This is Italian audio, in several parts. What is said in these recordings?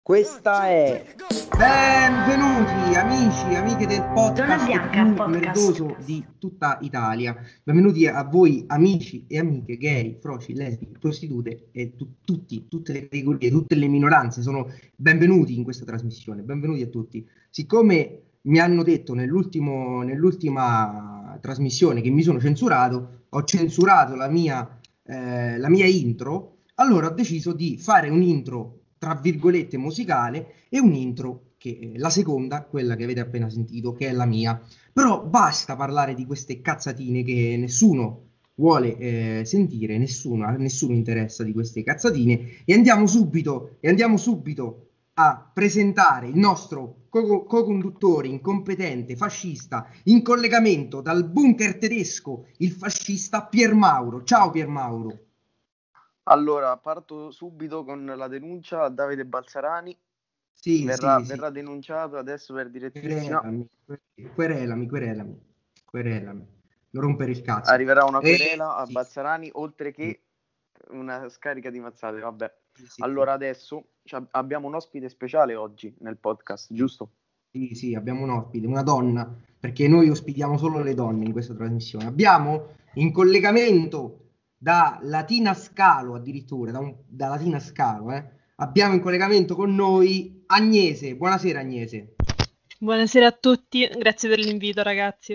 Questa è Benvenuti amici, amiche del Zona podcast Bianca più Podcast. merdoso di tutta Italia. Benvenuti a voi amici e amiche gay, froci, lesbiche, prostitute e tutte le categorie, tutte le minoranze sono benvenuti in questa trasmissione. Benvenuti a tutti. Siccome mi hanno detto nell'ultima trasmissione che mi sono censurato, ho censurato la mia intro. Allora ho deciso di fare un intro tra virgolette musicale e un intro che la seconda, quella che avete appena sentito, che è la mia. Però basta parlare di queste cazzatine che nessuno vuole sentire, a nessuno interessa di queste cazzatine e andiamo subito a presentare il nostro co-conduttore incompetente, fascista, in collegamento dal bunker tedesco, il fascista Piermauro. Ciao Piermauro. Allora, parto subito con la denuncia a Davide Balzarani. Sì, Verrà denunciato adesso per direttissima. Querelami. Non rompere il cazzo. Arriverà una querela a Sì, Balzarani, oltre sì, che una scarica di mazzate. Vabbè. sì. Allora, adesso abbiamo un ospite speciale oggi nel podcast, giusto? Sì, abbiamo un ospite, una donna, perché noi ospitiamo solo le donne in questa trasmissione. Abbiamo in collegamento da Latina Scalo, addirittura, da Latina Scalo, abbiamo in collegamento con noi Agnese. Buonasera Agnese. Buonasera a tutti, grazie per l'invito ragazzi.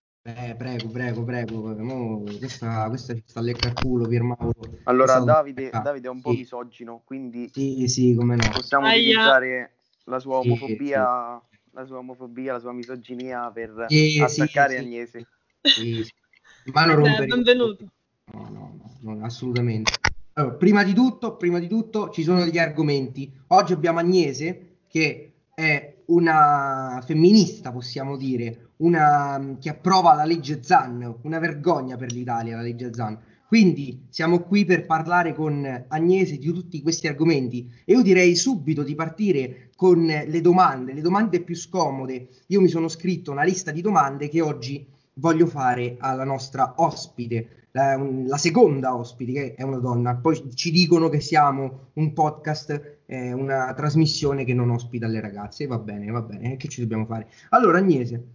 Prego. Questa ci sta a lecca il culo, Piermauro. Allora, Questa Davide è un po' sì. misogino, quindi Sì, come no. possiamo Aia. utilizzare la sua Sì, omofobia, la sua misoginia per sì. attaccare Sì. Agnese. Sì. Ma non Beh, rompere il benvenuto. No, assolutamente. Allora, prima di tutto ci sono degli argomenti. Oggi abbiamo Agnese, che è una femminista, possiamo dire, una che approva la legge Zan, una vergogna per l'Italia la legge Zan. Quindi siamo qui per parlare con Agnese di tutti questi argomenti e io direi subito di partire con le domande più scomode. Io mi sono scritto una lista di domande che oggi voglio fare alla nostra ospite, la seconda ospite, che è una donna. Poi ci dicono che siamo un podcast, una trasmissione che non ospita le ragazze. Va bene, che ci dobbiamo fare? Allora, Agnese,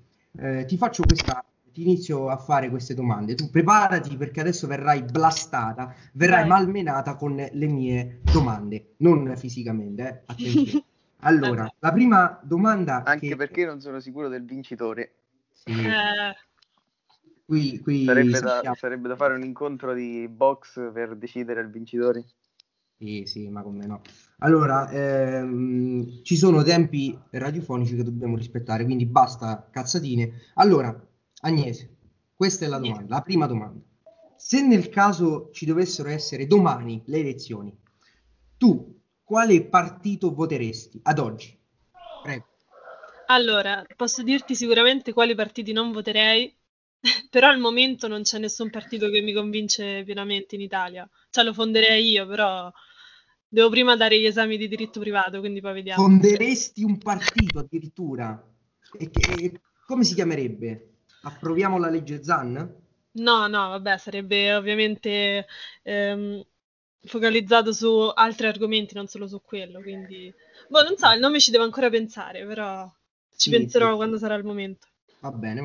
ti inizio a fare queste domande. Tu preparati perché adesso verrai blastata, verrai Vai. malmenata con le mie domande, non fisicamente, attenzione. Allora, la prima domanda Anche perché non sono sicuro del vincitore. sì, Eh, qui sappiamo. Sarebbe da fare un incontro di box per decidere il vincitore. Sì, ma come no. Allora, ci sono tempi radiofonici che dobbiamo rispettare, quindi basta cazzatine. Allora, Agnese, questa è la domanda, la prima domanda. Se nel caso ci dovessero essere domani le elezioni, tu quale partito voteresti ad oggi? Prego. allora, posso dirti sicuramente quali partiti non voterei, però al momento non c'è nessun partito che mi convince pienamente in Italia. Cioè lo fonderei io, però devo prima dare gli esami di diritto privato, quindi poi vediamo. Fonderesti un partito addirittura? Come si chiamerebbe? Approviamo la legge Zan? No, vabbè, sarebbe ovviamente focalizzato su altri argomenti, non solo su quello, quindi... Boh, non so, il nome ci devo ancora pensare, però ci penserò quando sarà il momento. Va bene.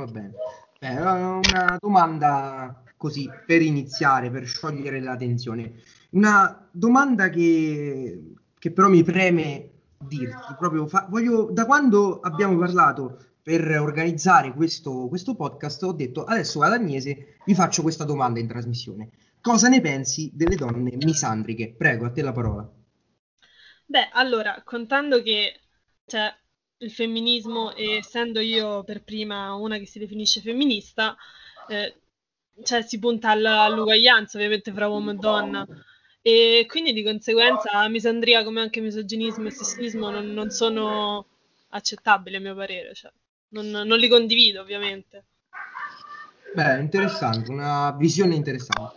Una domanda così per iniziare, per sciogliere la tensione. Una domanda che però mi preme dirti, da quando abbiamo parlato per organizzare questo podcast, ho detto adesso ad Agnese vi faccio questa domanda in trasmissione. Cosa ne pensi delle donne misandriche? Prego, a te la parola. Beh, allora, contando che cioè, il femminismo, e essendo io per prima una che si definisce femminista, eh, cioè si punta all'uguaglianza ovviamente fra uomo e donna. E quindi di conseguenza misandria come anche misoginismo e sessismo non sono accettabili a mio parere, cioè, non li condivido ovviamente. Beh, interessante, una visione interessante.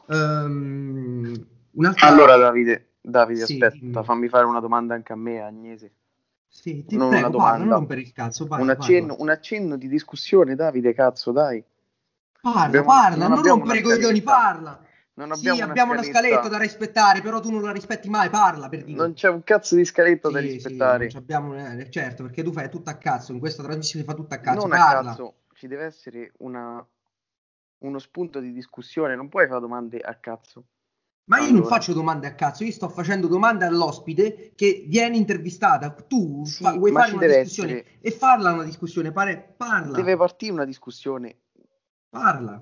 Un'altra... Allora, Davide, Sì, aspetta, dimmi. fammi fare una domanda anche a me, Agnese. Sì, ti Non una prego, parla, non domanda, rompere il cazzo, un parla. accenno, un accenno di discussione, Davide, cazzo, dai. Parla, Non non abbiamo una rompere i coglioni, scaletta. parla. Non Sì, abbiamo una abbiamo una scaletta da scaletta. rispettare, però tu non la rispetti mai, parla per Non Dio. c'è un cazzo di scaletta da Sì, sì, non ci rispettare. abbiamo, certo, perché tu fai tutto a cazzo, in questa trasmissione fa tutto a cazzo, Non a parla. cazzo, ci deve essere uno spunto di discussione, non puoi fare domande a cazzo. Ma io non Allora, faccio domande a cazzo, io sto facendo domande all'ospite che viene intervistata. Tu sì, vuoi ma fare ci una deve discussione essere, e farla una discussione, deve parla, partire una discussione. parla,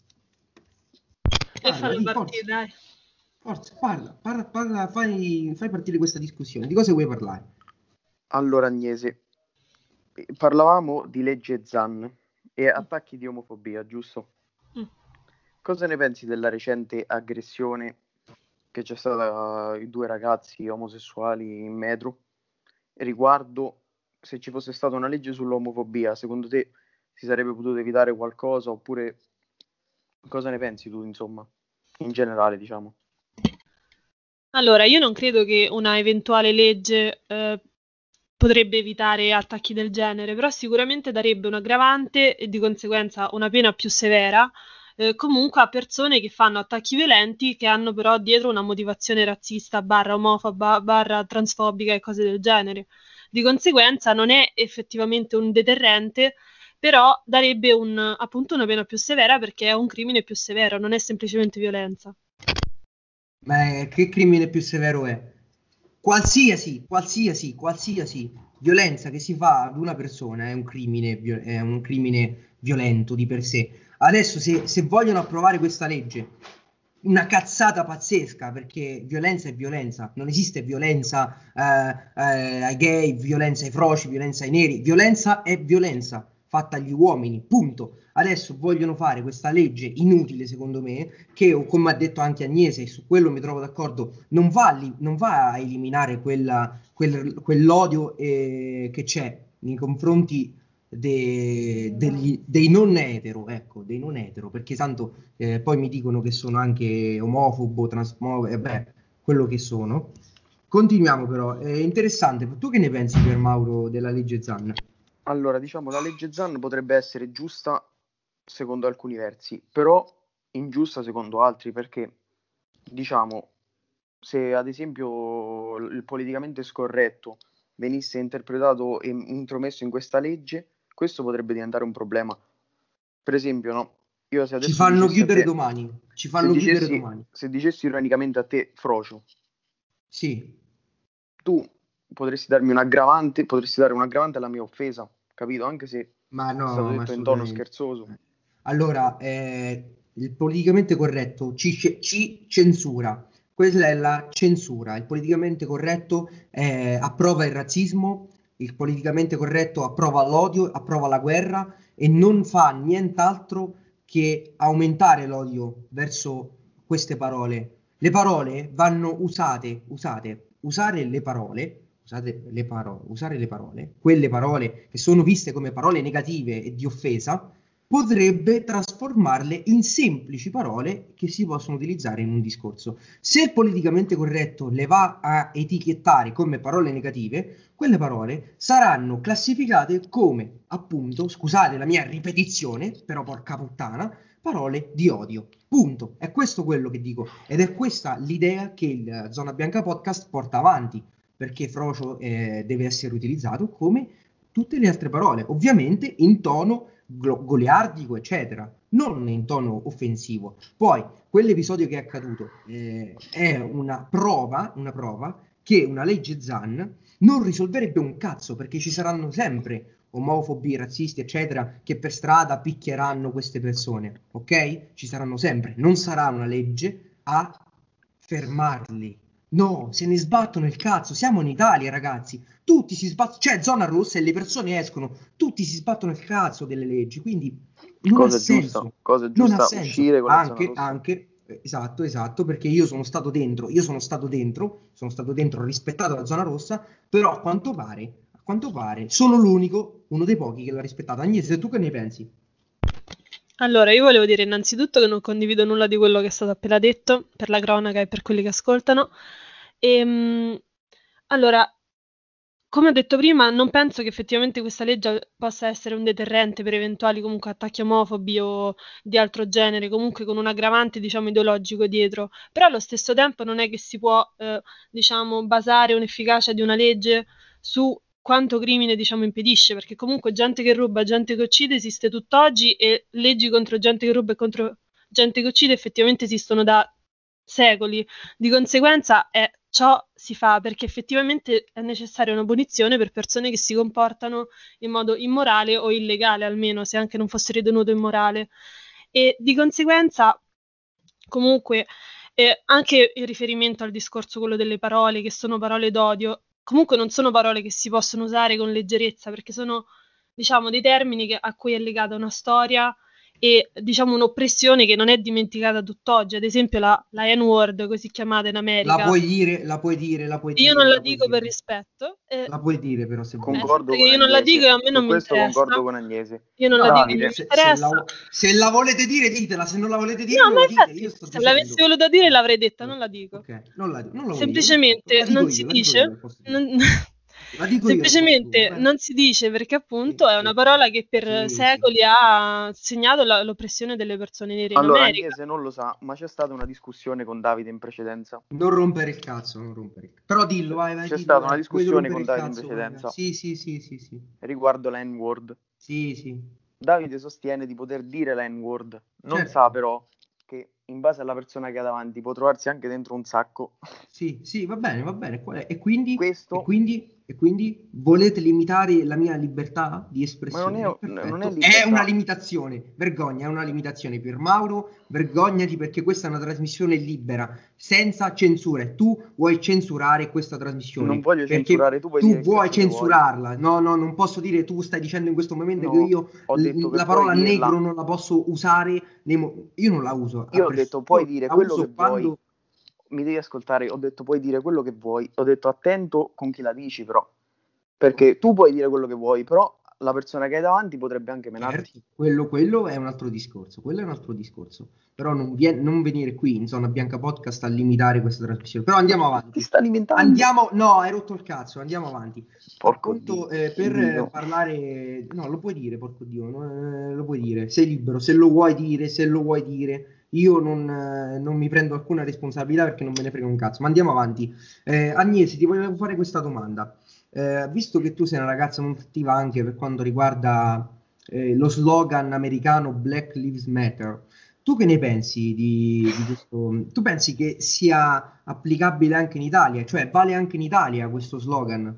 E parla, falla di partire, forza, dai. forza, parla, fai partire questa discussione. Di cosa vuoi parlare? Allora, Agnese, parlavamo di legge Zan e attacchi di omofobia, giusto? Mm. Cosa ne pensi della recente aggressione che c'è stata ai due ragazzi omosessuali in metro? Riguardo, se ci fosse stata una legge sull'omofobia, secondo te si sarebbe potuto evitare qualcosa? Oppure cosa ne pensi tu, insomma, in generale, diciamo? Allora, io non credo che una eventuale legge potrebbe evitare attacchi del genere, però sicuramente darebbe un aggravante e di conseguenza una pena più severa, comunque a persone che fanno attacchi violenti che hanno però dietro una motivazione razzista, barra omofoba, barra transfobica e cose del genere. Di conseguenza non è effettivamente un deterrente, però darebbe appunto una pena più severa perché è un crimine più severo, non è semplicemente violenza. Ma che crimine più severo è? Qualsiasi violenza che si fa ad una persona è un crimine violento di per sé. Adesso, se vogliono approvare questa legge, una cazzata pazzesca, perché violenza è violenza, non esiste violenza ai gay, violenza ai froci, violenza ai neri, violenza è violenza fatta agli uomini, punto. Adesso vogliono fare questa legge inutile, secondo me, che, come ha detto anche Agnese, e su quello mi trovo d'accordo, non va a eliminare quell'odio che c'è nei confronti dei non etero, ecco, dei non etero, perché tanto poi mi dicono che sono anche omofobo, transfobo, e beh, quello che sono. Continuiamo però, è interessante, tu che ne pensi per Mauro della legge Zan? Allora, diciamo, la legge Zan potrebbe essere giusta secondo alcuni versi, però ingiusta secondo altri, perché, diciamo, se ad esempio il politicamente scorretto venisse interpretato e intromesso in questa legge, questo potrebbe diventare un problema. Per esempio, no? Io se Ci adesso fanno dicessi a chiudere te, domani, ci se fanno chiudere dicessi, domani. se dicessi ironicamente a te, Frocio, Sì, tu potresti darmi un aggravante, potresti dare un aggravante alla mia offesa, capito? Anche se ma è stato no, ma detto in tono assolutamente. scherzoso. Allora, il politicamente corretto ci censura. Quella è la censura. Il politicamente corretto approva il razzismo, il politicamente corretto approva l'odio, approva la guerra e non fa nient'altro che aumentare l'odio verso queste parole. Le parole vanno usare le parole, usare le parole, quelle parole che sono viste come parole negative e di offesa, potrebbe trasformarle in semplici parole che si possono utilizzare in un discorso. Se il politicamente corretto le va a etichettare come parole negative, quelle parole saranno classificate come, appunto, scusate la mia ripetizione, però porca puttana, parole di odio. Punto. È questo quello che dico. Ed è questa l'idea che il Zona Bianca Podcast porta avanti, perché Frocio deve essere utilizzato come tutte le altre parole, ovviamente in tono goliardico, eccetera, non in tono offensivo. Poi, quell'episodio che è accaduto è una prova che una legge Zan non risolverebbe un cazzo, perché ci saranno sempre omofobi, razzisti, eccetera, che per strada picchieranno queste persone, ok? Ci saranno sempre. Non sarà una legge a fermarli. No, se ne sbattono il cazzo. Siamo in Italia, ragazzi. Tutti si sbattono, c'è zona rossa e le persone escono. Tutti si sbattono il cazzo delle leggi. Quindi non ha senso. Cosa Non ha giusta, senso. uscire con la zona rossa. Esatto, perché io sono stato dentro, sono stato dentro, ho rispettato la zona rossa, però a quanto pare, sono l'unico, uno dei pochi che l'ha rispettata. Agnese, tu che ne pensi? Allora, io volevo dire innanzitutto che non condivido nulla di quello che è stato appena detto, per la cronaca e per quelli che ascoltano. Ehm, allora, come ho detto prima, non penso che effettivamente questa legge possa essere un deterrente per eventuali comunque attacchi omofobi o di altro genere, comunque con un aggravante, diciamo, ideologico dietro. Però allo stesso tempo non è che si può, diciamo, basare un'efficacia di una legge su quanto crimine, diciamo, impedisce, perché comunque gente che ruba, gente che uccide esiste tutt'oggi e leggi contro gente che ruba e contro gente che uccide effettivamente esistono da secoli. Di conseguenza ciò si fa perché effettivamente è necessaria una punizione per persone che si comportano in modo immorale o illegale, almeno se anche non fosse ritenuto immorale. E di conseguenza, comunque, anche in riferimento al discorso quello delle parole, che sono parole d'odio, comunque non sono parole che si possono usare con leggerezza, perché sono, diciamo, dei termini a cui è legata una storia e diciamo un'oppressione che non è dimenticata tutt'oggi. Ad esempio la N-word, così chiamata in La America, puoi dire, la puoi dire, la puoi io dire, non la la puoi dico per dire. rispetto, La puoi dire però se vuoi. Concordo perché con io non la dico e Agnese, a me su non mi questo concordo interessa. con Agnese. Io non No, la dico e non Davide, mi interessa. se la volete dire, ditela. Se non la volete dire, No, non ma la dite. infatti, Io sto se l'avessi dicendo. voluto dire l'avrei detta, non la dico. Ok, non la vuoi dire, perfetto. Semplicemente non si La dico io al dice, posto tuo. non- La dico io al posto tuo, va semplicemente bene? non si dice perché Sì, appunto è una sì, parola che per sì, sì. secoli ha segnato l'oppressione delle persone nere in allora America. Agnese non lo sa, ma c'è stata una discussione con Davide in precedenza. Non rompere il cazzo, non rompere il cazzo. Però dillo, C'è, vai, c'è dillo, stata una vai. Vuoi discussione rompere con il Davide in cazzo, vai, vai. precedenza Sì, sì, sì, sì, sì. riguardo la N-word. Sì, sì. Davide sostiene di poter dire la N-word, non sa Certo. però che in base alla persona che ha davanti può trovarsi anche dentro un sacco. Sì, sì, va bene, va bene. E quindi, Questo, e quindi volete limitare la mia libertà di ma non espressione? non è Perfetto. È una libertà. limitazione. Vergogna, è una limitazione. Per Mauro, vergognati perché questa è una trasmissione libera, senza censure. Tu vuoi censurare questa Non trasmissione voglio perché censurare, tu puoi tu dire che vuoi cazzo te vuoi. censurarla. No, no, non posso dire, tu stai dicendo in questo momento che No, io ho detto che la puoi parola dirla. negro non la posso usare. Io non la uso. Io ho detto puoi Io dire la quello che uso vuoi. quando... Mi devi ascoltare, ho detto puoi dire quello che vuoi. Ho detto attento con chi la dici però. Perché tu puoi dire quello che vuoi, però la persona che hai davanti potrebbe anche menarti. Certo, quello è un altro discorso, quello è un altro discorso. Però non venire qui in Zona Bianca Podcast a limitare questa trasmissione. Però Ma andiamo ti avanti. sta alimentando? No, hai rotto il cazzo, andiamo avanti. Porco Appunto, per Dio. parlare... No, lo puoi dire, porco Dio, lo puoi dire. Sei libero, se lo vuoi dire, se lo vuoi dire. Io non mi prendo alcuna responsabilità perché non me ne frega un cazzo. Ma andiamo avanti. Agnese, ti volevo fare questa domanda. Visto che tu sei una ragazza molto attiva anche per quanto riguarda lo slogan americano Black Lives Matter, tu che ne pensi di questo? Tu pensi che sia applicabile anche in Italia? Cioè, vale anche in Italia questo slogan?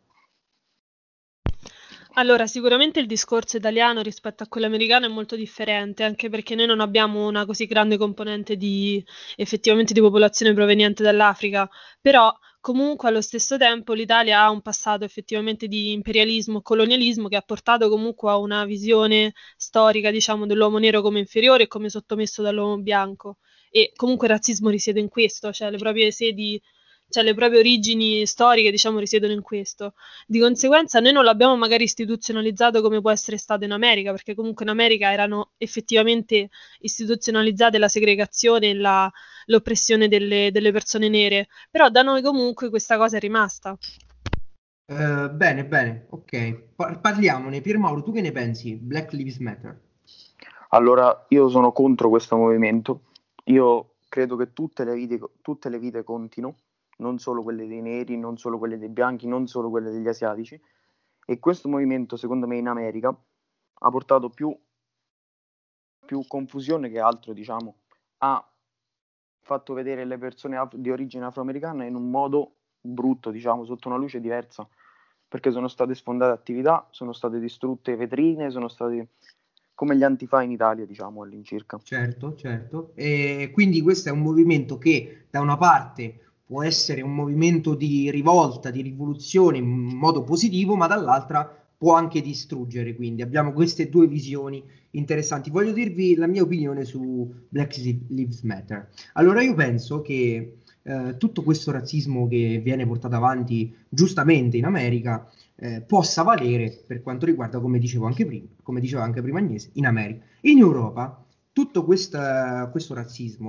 Allora, sicuramente il discorso italiano rispetto a quello americano è molto differente, anche perché noi non abbiamo una così grande componente di effettivamente di popolazione proveniente dall'Africa, però comunque allo stesso tempo l'Italia ha un passato effettivamente di imperialismo, colonialismo che ha portato comunque a una visione storica, diciamo, dell'uomo nero come inferiore e come sottomesso dall'uomo bianco. E comunque il razzismo risiede in questo, cioè le proprie sedi, cioè le proprie origini storiche, diciamo, risiedono in questo. Di conseguenza noi non l'abbiamo magari istituzionalizzato come può essere stato in America, perché comunque in America erano effettivamente istituzionalizzate la segregazione e l'oppressione delle persone nere, però da noi comunque questa cosa è rimasta. Bene, bene, ok. Parliamone. Piermauro, tu che ne pensi? Black Lives Matter. Allora, io sono contro questo movimento. Io credo che tutte le vite contino, non solo quelle dei neri, non solo quelle dei bianchi, non solo quelle degli asiatici. E questo movimento, secondo me, in America ha portato più confusione che altro, diciamo. Ha fatto vedere le persone di origine afroamericana in un modo brutto, diciamo, sotto una luce diversa, perché sono state sfondate attività, sono state distrutte vetrine, sono state come gli antifa in Italia, diciamo, all'incirca. Certo, certo. E quindi questo è un movimento che da una parte può essere un movimento di rivolta, di rivoluzione in modo positivo, ma dall'altra può anche distruggere. Quindi abbiamo queste due visioni interessanti. Voglio dirvi la mia opinione su Black Lives Matter. Allora io penso che tutto questo razzismo che viene portato avanti giustamente in America possa valere per quanto riguarda, come dicevo anche prima, come diceva anche prima Agnese, in America. In Europa tutto questo razzismo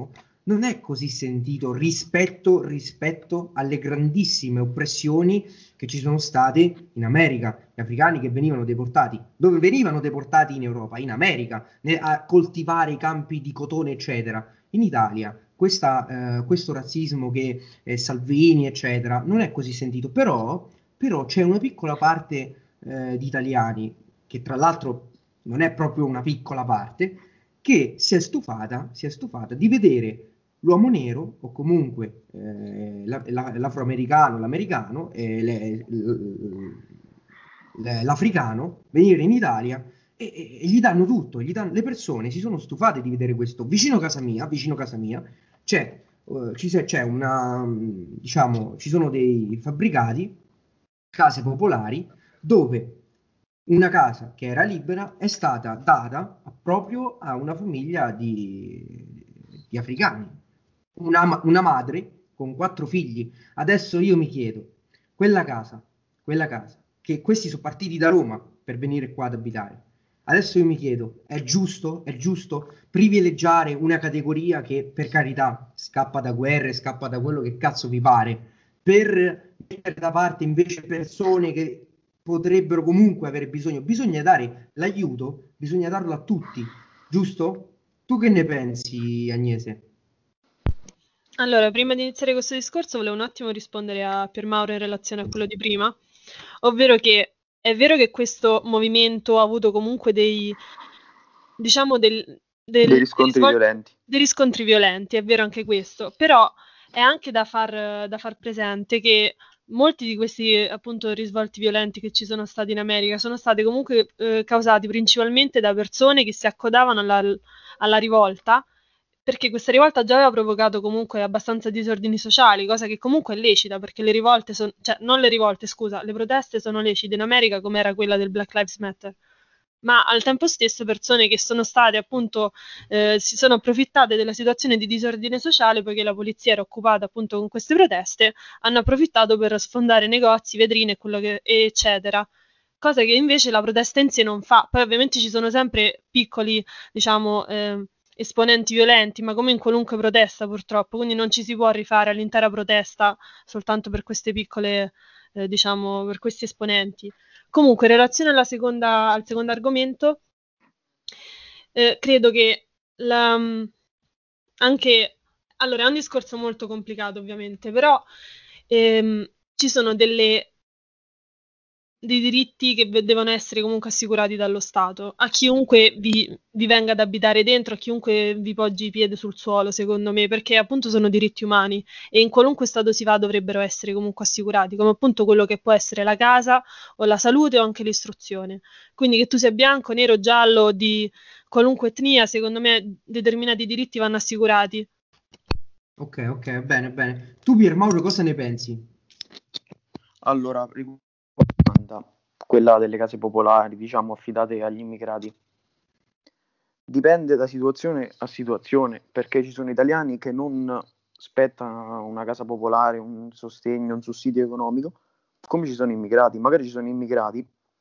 non è così sentito rispetto alle grandissime oppressioni che ci sono state in America, gli africani che venivano deportati. Dove venivano deportati in Europa? In America, a coltivare i campi di cotone, eccetera. In Italia questo razzismo che Salvini, eccetera, non è così sentito, però c'è una piccola parte di italiani, che tra l'altro non è proprio una piccola parte, che si è stufata di vedere l'uomo nero o comunque l'afroamericano, l'americano, l'africano venire in Italia e gli danno tutto, le persone si sono stufate di vedere questo. Vicino a casa mia c'è diciamo, ci sono dei fabbricati, case popolari, dove una casa che era libera è stata data proprio a una famiglia di africani, una madre con 4 figli. Adesso io mi chiedo, quella casa, che questi sono partiti da Roma per venire qua ad abitare. Adesso io mi chiedo, è giusto privilegiare una categoria che, per carità, scappa da guerre, scappa da quello che cazzo vi pare, per mettere da parte invece persone che potrebbero comunque avere bisogno? Bisogna dare l'aiuto, bisogna darlo a tutti, giusto? Tu che ne pensi, Agnese? Allora, prima di iniziare questo discorso, volevo un attimo rispondere a Piermauro in relazione a quello di prima, ovvero che è vero che questo movimento ha avuto comunque diciamo, dei riscontri violenti. Dei riscontri violenti, è vero anche questo, però è anche da far presente che molti di questi appunto risvolti violenti che ci sono stati in America sono stati comunque causati principalmente da persone che si accodavano alla rivolta, perché questa rivolta già aveva provocato comunque abbastanza disordini sociali, cosa che comunque è lecita, perché le rivolte sono, cioè non le rivolte, scusa, le proteste sono lecite in America, come era quella del Black Lives Matter. Ma al tempo stesso persone che sono state appunto si sono approfittate della situazione di disordine sociale, poiché la polizia era occupata appunto con queste proteste, hanno approfittato per sfondare negozi, vetrine eccetera, cosa che invece la protesta in sé non fa. Poi ovviamente ci sono sempre piccoli, diciamo, esponenti violenti, ma come in qualunque protesta purtroppo, quindi non ci si può rifare all'intera protesta soltanto per queste piccole, diciamo, per questi esponenti. Comunque, in relazione al secondo argomento, credo che anche, allora, è un discorso molto complicato ovviamente, però ci sono dei diritti che devono essere comunque assicurati dallo Stato a chiunque vi venga ad abitare dentro, a chiunque vi poggi i piedi sul suolo, secondo me, perché appunto sono diritti umani e in qualunque stato si va dovrebbero essere comunque assicurati, come appunto quello che può essere la casa o la salute o anche l'istruzione. Quindi che tu sia bianco, nero, giallo, di qualunque etnia, secondo me determinati diritti vanno assicurati. Ok, bene. Tu, Piermauro, cosa ne pensi? Allora, quella delle case popolari, diciamo, affidate agli immigrati, dipende da situazione a situazione, perché ci sono italiani che non aspettano una casa popolare, un sostegno, un sussidio economico, come ci sono immigrati. Magari ci sono immigrati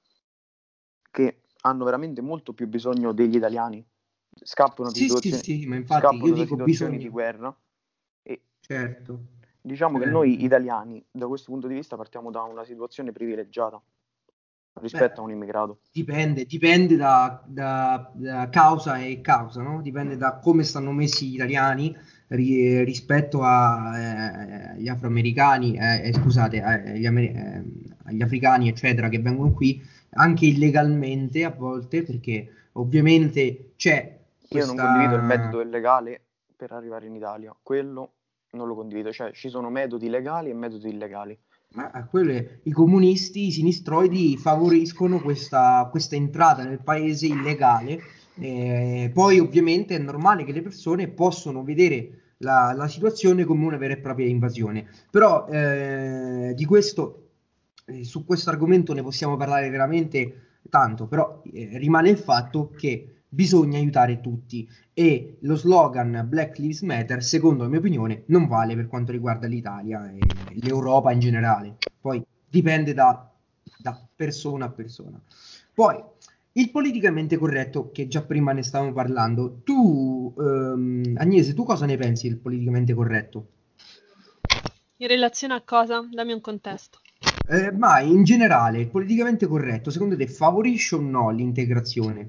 che hanno veramente molto più bisogno degli italiani, scappano di situazioni, ma infatti io dico situazioni di guerra e certo. Diciamo che noi italiani da questo punto di vista partiamo da una situazione privilegiata rispetto a un immigrato. Dipende da causa e causa, no? Dipende da come stanno messi gli italiani rispetto agli afroamericani, scusate, agli africani, eccetera, che vengono qui anche illegalmente a volte, perché ovviamente c'è questa... Io non condivido il metodo illegale per arrivare in Italia, quello non lo condivido, cioè ci sono metodi legali e metodi illegali. Ma i comunisti, i sinistroidi favoriscono questa entrata nel paese illegale. Poi ovviamente è normale che le persone possono vedere la situazione come una vera e propria invasione. Però di questo, su questo argomento ne possiamo parlare veramente tanto, però rimane il fatto che bisogna aiutare tutti e lo slogan Black Lives Matter, secondo la mia opinione, non vale per quanto riguarda l'Italia e l'Europa in generale. Poi dipende da persona a persona. Poi Il politicamente corretto, che già prima ne stavamo parlando, tu, Agnese, tu cosa ne pensi del politicamente corretto? In relazione a cosa? Dammi un contesto. Ma in generale, il politicamente corretto, secondo te, favorisce o no l'integrazione?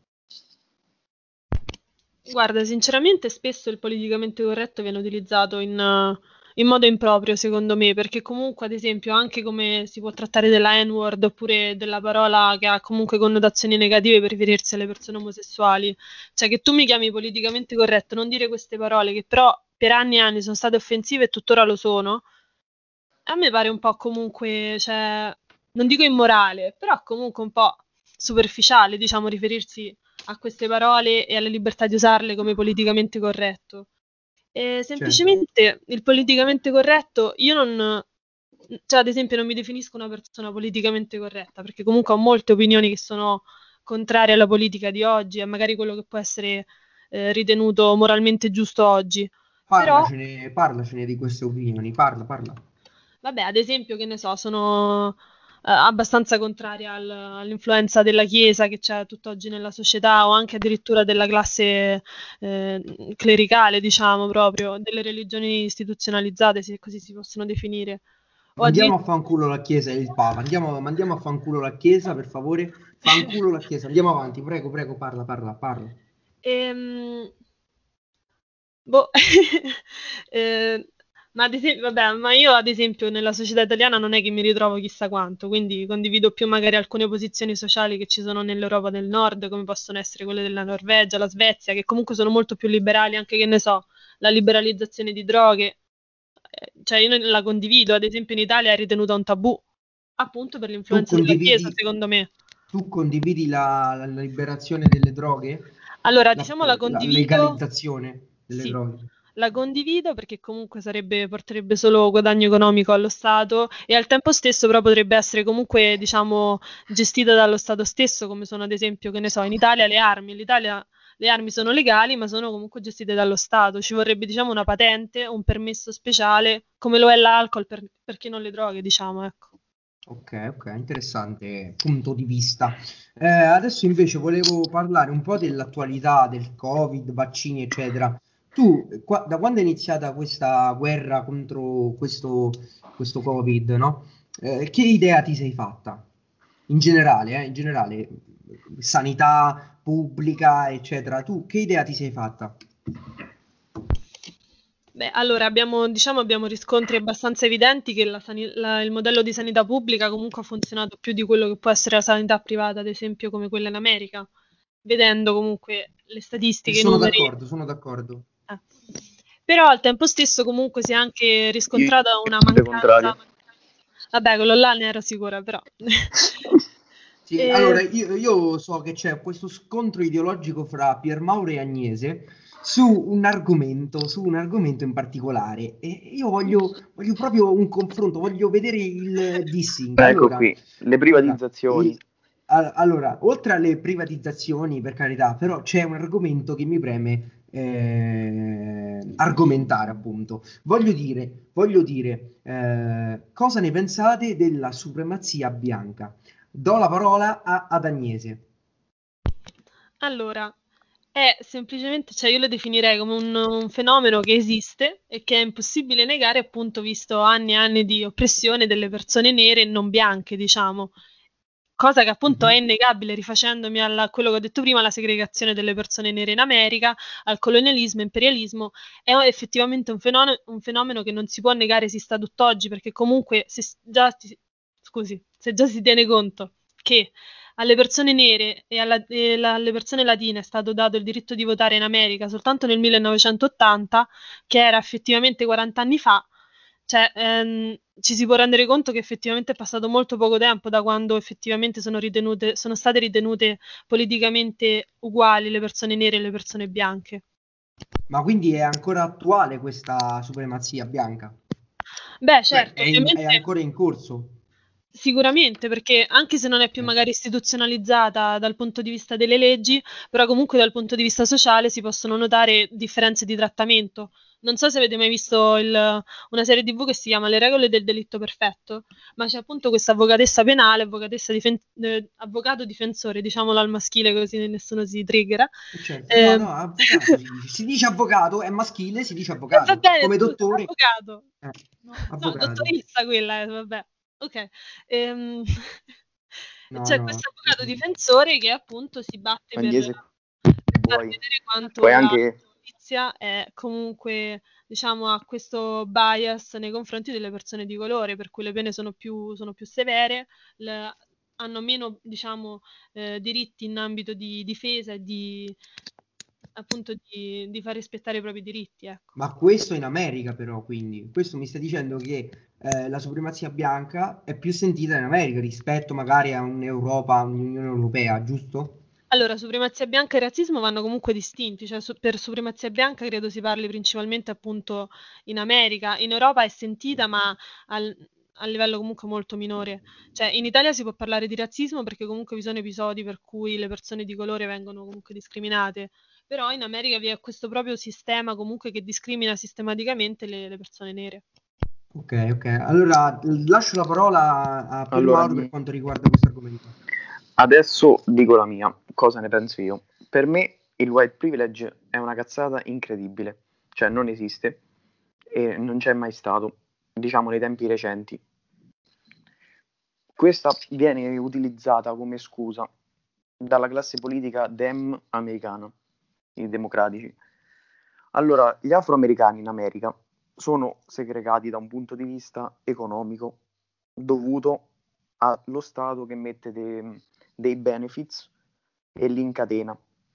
Guarda, sinceramente spesso il politicamente corretto viene utilizzato in modo improprio, secondo me, perché comunque, ad esempio, anche come si può trattare della N-word oppure della parola che ha comunque connotazioni negative per riferirsi alle persone omosessuali, cioè che tu mi chiami politicamente corretto, non dire queste parole che però per anni e anni sono state offensive e tuttora lo sono, a me pare un po' comunque, cioè, non dico immorale, però comunque un po' superficiale, diciamo, riferirsi a queste parole e alla libertà di usarle come politicamente corretto. E Certo. semplicemente il politicamente corretto, io non, cioè ad esempio non mi definisco una persona politicamente corretta, perché comunque ho molte opinioni che sono contrarie alla politica di oggi e magari quello che può essere ritenuto moralmente giusto oggi. Però Parlacene di queste opinioni, parla, parla. vabbè, ad esempio, che ne so, sono abbastanza contraria all'influenza della Chiesa che c'è tutt'oggi nella società o anche addirittura della classe clericale, diciamo proprio, delle religioni istituzionalizzate, se così si possono definire. O Mandiamo a addirittura fanculo la Chiesa e il Papa. Mandiamo a fanculo la Chiesa, per favore. Fanculo la Chiesa. Andiamo avanti, prego, prego, parla, parla, parla. Ehm, boh, eh, ma vabbè, ma io ad esempio nella società italiana non è che mi ritrovo chissà quanto, quindi condivido più magari alcune posizioni sociali che ci sono nell'Europa del Nord, come possono essere quelle della Norvegia, la Svezia, che comunque sono molto più liberali, anche che ne so, la liberalizzazione di droghe, cioè io non la condivido, ad esempio in Italia è ritenuta un tabù, appunto per Tu l'influenza della Chiesa, condividi, secondo me. tu condividi la liberazione delle droghe? Allora, La, diciamo la la condivido. legalizzazione delle Sì, droghe? la condivido perché comunque porterebbe solo guadagno economico allo Stato e al tempo stesso però potrebbe essere comunque, diciamo, gestita dallo Stato stesso, come sono ad esempio, che ne so, in Italia le armi. In Italia le armi sono legali, ma sono comunque gestite dallo Stato. Ci vorrebbe, diciamo, una patente, un permesso speciale, come lo è l'alcol per chi non le droghe, diciamo, ecco. Ok, ok, interessante punto di vista. Adesso invece volevo parlare un po' dell'attualità del Covid, vaccini, eccetera. Tu, da quando è iniziata questa guerra contro questo Covid, no? Che idea ti sei fatta? In generale, sanità pubblica, eccetera. Tu che idea ti sei fatta? Beh, allora abbiamo riscontri abbastanza evidenti che il modello di sanità pubblica comunque ha funzionato più di quello che può essere la sanità privata, ad esempio come quella in America, vedendo comunque le statistiche, i Sono numeri. d'accordo, sono d'accordo. eh. Però al tempo stesso comunque si è anche Io riscontrata una il mancanza. contrario. Vabbè, quello là ne ero sicura, però. Sì, E- allora io so che c'è questo scontro ideologico fra Piermauro e Agnese su un argomento in particolare e io voglio proprio un confronto, voglio vedere il dissing. Ecco qui, le Allora, privatizzazioni. allora, oltre alle privatizzazioni, per carità, però c'è un argomento che mi preme argomentare, appunto. Voglio dire, cosa ne pensate della supremazia bianca? Do la parola ad Agnese. Allora, è semplicemente, cioè io lo definirei come un fenomeno che esiste e che è impossibile negare, appunto, visto anni e anni di oppressione delle persone nere e non bianche, diciamo. Cosa che appunto è Mhm. innegabile, rifacendomi a quello che ho detto prima, alla segregazione delle persone nere in America, al colonialismo, imperialismo, è effettivamente un fenomeno che non si può negare esista tutt'oggi, perché comunque se già si tiene conto che alle persone nere alle persone latine è stato dato il diritto di votare in America soltanto nel 1980, che era effettivamente 40 anni fa, cioè, ci si può rendere conto che effettivamente è passato molto poco tempo da quando effettivamente sono state ritenute politicamente uguali le persone nere e le persone bianche. Ma quindi è ancora attuale questa supremazia bianca? Beh, Cioè, certo, è ovviamente. ancora in corso? Sicuramente, perché anche se non è più Ok. magari istituzionalizzata dal punto di vista delle leggi, però comunque dal punto di vista sociale si possono notare differenze di trattamento, non so se avete mai visto una serie TV che si chiama Le regole del delitto perfetto, ma c'è appunto questa avvocatessa penale, avvocato difensore, diciamolo al maschile così nessuno si triggera. Certo. No, avvocato si dice avvocato, è maschile, si dice Va avvocato, bene, come scusa, dottore. avvocato. No, Avvocato. dottoressa quella, vabbè. Ok. C'è questo avvocato difensore che appunto si batte Agnese, per far vedere quanto poi la anche giustizia è comunque, diciamo, ha questo bias nei confronti delle persone di colore, per cui le pene sono più severe, hanno meno, diciamo, diritti in ambito di difesa e di appunto di far rispettare i propri diritti, ecco. Ma questo in America però, quindi questo mi sta dicendo che la supremazia bianca è più sentita in America rispetto magari a un'Europa, un'Unione Europea, giusto? Allora, supremazia bianca e razzismo vanno comunque distinti, cioè per supremazia bianca credo si parli principalmente appunto in America, in Europa è sentita ma a livello comunque molto minore, cioè in Italia si può parlare di razzismo perché comunque vi sono episodi per cui le persone di colore vengono comunque discriminate, però in America vi è questo proprio sistema comunque che discrimina sistematicamente le persone nere. Ok. Allora lascio la parola a Pier Allora, Mauro per quanto riguarda questo argomento. adesso dico la mia, cosa ne penso io. Per me il white privilege è una cazzata incredibile, cioè non esiste e non c'è mai stato, diciamo nei tempi recenti. Questa viene utilizzata come scusa dalla classe politica dem americana, i democratici. Allora, gli afroamericani in America sono segregati da un punto di vista economico dovuto allo Stato che mette dei benefits e li incatena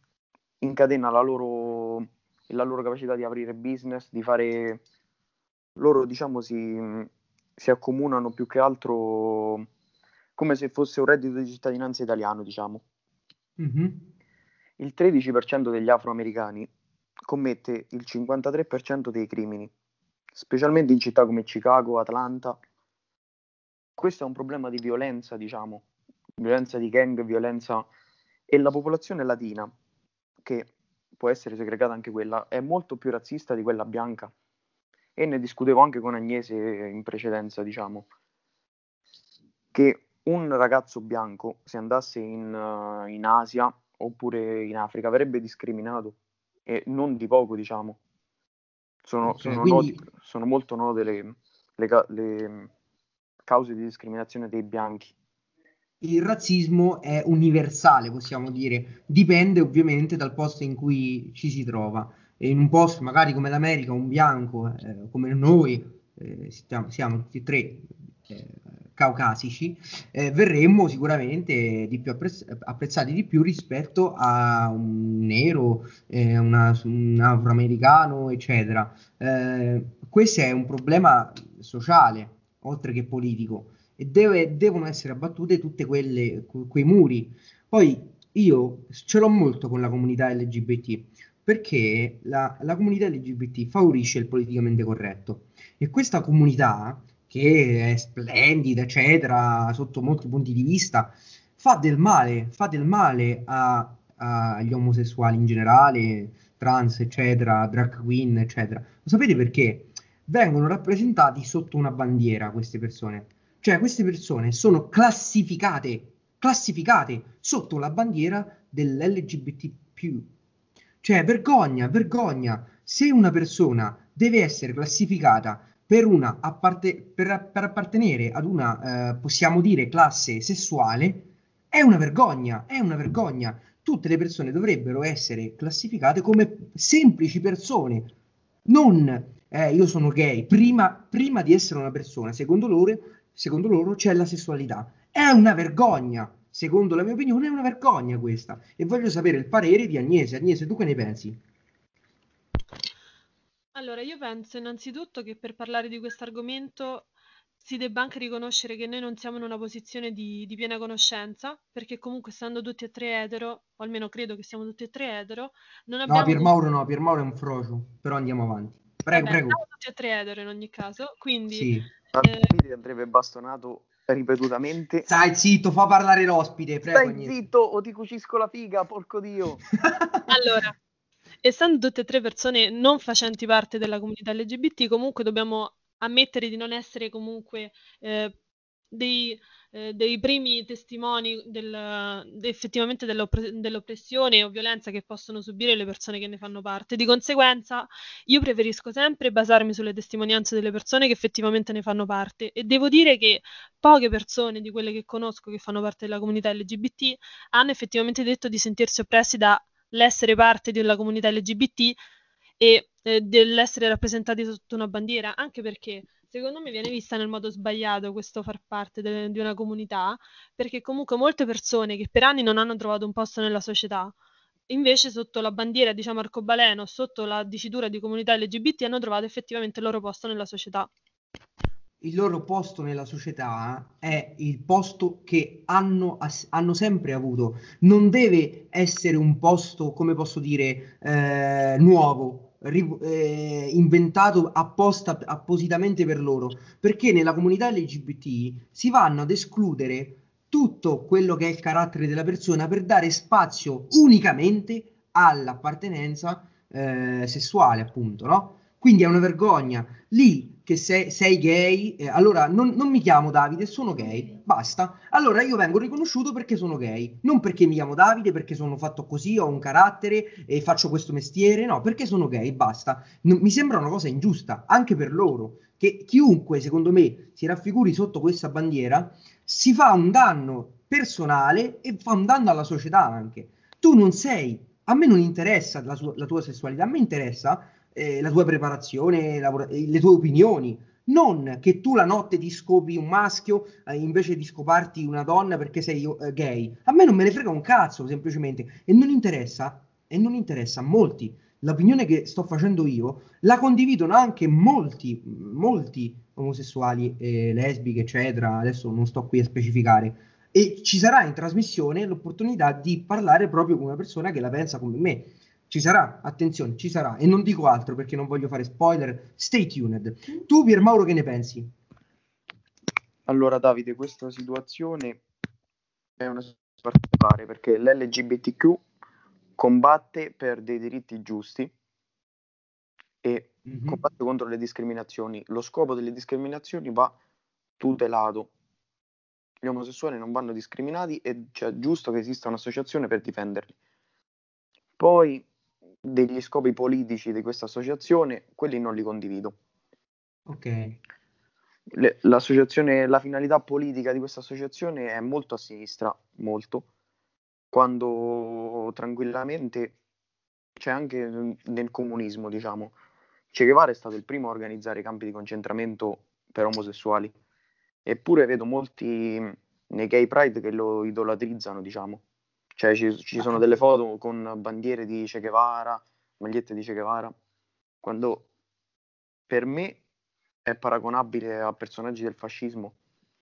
la loro capacità di aprire business, di fare loro, diciamo, si accomunano più che altro come se fosse un reddito di cittadinanza italiano, diciamo. Mm-hmm. Il 13% degli afroamericani commette il 53% dei crimini, specialmente in città come Chicago, Atlanta. Questo è un problema di violenza, diciamo, violenza di gang, violenza, e la popolazione latina, che può essere segregata anche quella, è molto più razzista di quella bianca. E ne discutevo anche con Agnese in precedenza, diciamo, che un ragazzo bianco, se andasse in Asia oppure in Africa, verrebbe discriminato, e non di poco, diciamo. Sono molto note le cause di discriminazione dei bianchi. Il razzismo è universale, possiamo dire, dipende ovviamente dal posto in cui ci si trova. E in un posto magari come l'America, un bianco come noi, siamo tutti e tre caucasici, verremmo sicuramente di più apprezzati di più rispetto a un nero, un afroamericano, eccetera. Questo è un problema sociale, oltre che politico, e devono essere abbattute tutte quei muri. Poi io ce l'ho molto con la comunità LGBT, perché la comunità LGBT favorisce il politicamente corretto, e questa comunità, che è splendida, eccetera, sotto molti punti di vista, fa del male agli omosessuali in generale, trans, eccetera, drag queen, eccetera. Lo sapete perché? Vengono rappresentati sotto una bandiera queste persone. Cioè, queste persone sono classificate sotto la bandiera dell'LGBT+. Cioè, vergogna. Se una persona deve essere classificata per appartenere ad una, possiamo dire, classe sessuale, è una vergogna. Tutte le persone dovrebbero essere classificate come semplici persone, non io sono gay. Prima di essere una persona, secondo loro c'è la sessualità. È una vergogna. Secondo la mia opinione è una vergogna questa. E voglio sapere il parere di Agnese. Agnese, tu che ne pensi? Allora, io penso innanzitutto che per parlare di questo argomento si debba anche riconoscere che noi non siamo in una posizione di piena conoscenza, perché comunque essendo tutti e tre etero, o almeno credo che siamo tutti e tre etero, non No, abbiamo... Piermauro no, Piermauro è un frocio, però andiamo avanti. Prego, Vabbè, prego. siamo tutti e tre etero in ogni caso, quindi... Sì. Andrebbe bastonato ripetutamente. Stai zitto, fa parlare l'ospite, prego Stai Agnese. zitto o ti cucisco la figa, porco Dio. Allora, essendo tutte e tre persone non facenti parte della comunità LGBT, comunque dobbiamo ammettere di non essere comunque dei, dei primi testimoni effettivamente dell'oppressione o violenza che possono subire le persone che ne fanno parte. Di conseguenza, io preferisco sempre basarmi sulle testimonianze delle persone che effettivamente ne fanno parte e devo dire che poche persone di quelle che conosco che fanno parte della comunità LGBT hanno effettivamente detto di sentirsi oppressi dall'essere parte della comunità LGBT e dell'essere rappresentati sotto una bandiera, anche perché secondo me viene vista nel modo sbagliato questo far parte di una comunità, perché comunque molte persone che per anni non hanno trovato un posto nella società, invece sotto la bandiera, diciamo, arcobaleno, sotto la dicitura di comunità LGBT, hanno trovato effettivamente il loro posto nella società. Il loro posto nella società è il posto che hanno sempre avuto. Non deve essere un posto, come posso dire, nuovo, inventato appositamente per loro, perché nella comunità LGBT si vanno ad escludere tutto quello che è il carattere della persona per dare spazio unicamente all'appartenenza sessuale, appunto, no? Quindi è una vergogna. Lì che sei gay, allora non mi chiamo Davide, sono gay, basta. Allora io vengo riconosciuto perché sono gay, non perché mi chiamo Davide, perché sono fatto così, ho un carattere e faccio questo mestiere, no, perché sono gay, basta. Mi sembra una cosa ingiusta, anche per loro, che chiunque, secondo me, si raffiguri sotto questa bandiera, si fa un danno personale e fa un danno alla società anche. Tu non sei, a me non interessa la tua sessualità, a me interessa la tua preparazione, le tue opinioni, non che tu la notte ti scopi un maschio invece di scoparti una donna perché sei gay. A me non me ne frega un cazzo, semplicemente, e non interessa a molti. L'opinione che sto facendo io la condividono anche molti omosessuali, lesbiche, eccetera. Adesso non sto qui a specificare. E ci sarà in trasmissione l'opportunità di parlare proprio con una persona che la pensa come me. Ci sarà, attenzione, ci sarà. E non dico altro perché non voglio fare spoiler. Stay tuned. Tu, Piermauro, che ne pensi? Allora, Davide, questa situazione è una situazione particolare perché l'LGBTQ combatte per dei diritti giusti e combatte contro le discriminazioni. Lo scopo delle discriminazioni va tutelato. Gli omosessuali non vanno discriminati e c'è giusto che esista un'associazione per difenderli. Poi degli scopi politici di questa associazione, quelli non li condivido. Ok. La finalità politica di questa associazione è molto a sinistra, molto, quando tranquillamente c'è anche nel comunismo, diciamo. Che Guevara è stato il primo a organizzare campi di concentramento per omosessuali, eppure vedo molti nei gay pride che lo idolatrizzano, diciamo. Cioè ci sono delle foto con bandiere di Che Guevara, magliette di Che Guevara, quando per me è paragonabile a personaggi del fascismo.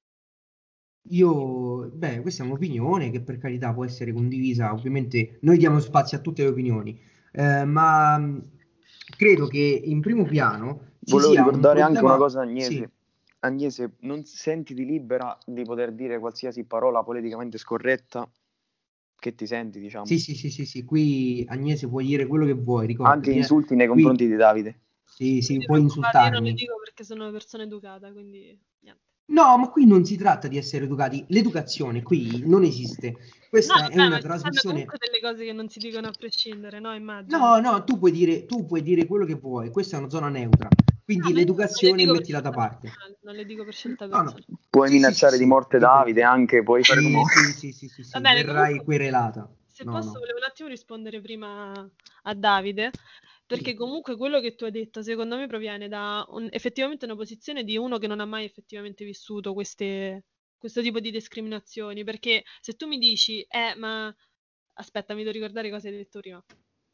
Questa è un'opinione che per carità può essere condivisa, ovviamente noi diamo spazio a tutte le opinioni, ma credo che in primo piano ci Volevo sia un ricordare anche una problema. cosa a Agnese. Sì, Agnese, non sentiti libera di poter dire qualsiasi parola politicamente scorretta che ti senti, diciamo. sì, qui Agnese puoi dire quello che vuoi, Anche ricordati, insulti nei qui confronti di Davide. sì, Non ti puoi preoccupare, io non le insultarmi. dico perché sono una persona educata, quindi niente. No, ma qui non si tratta di essere educati, l'educazione qui non esiste. No, Questa è vabbè, una ma ci stanno trasmissione. comunque delle cose che non si dicono a prescindere, no? Immagino. No, tu puoi dire quello che vuoi, questa è una zona neutra, No, quindi ma io non le l'educazione dico per mettila da scelta parte. personale, non le dico per scelta No. personale. Puoi minacciare di morte Dico, Davide, anche puoi fare come... Va sì, bene, verrai comunque, querelata. se No, posso, no. volevo un attimo rispondere prima a Davide, perché comunque quello che tu hai detto, secondo me, proviene da effettivamente una posizione di uno che non ha mai effettivamente vissuto questo tipo di discriminazioni, perché se tu mi dici, ma aspetta, mi devo ricordare cosa hai detto prima.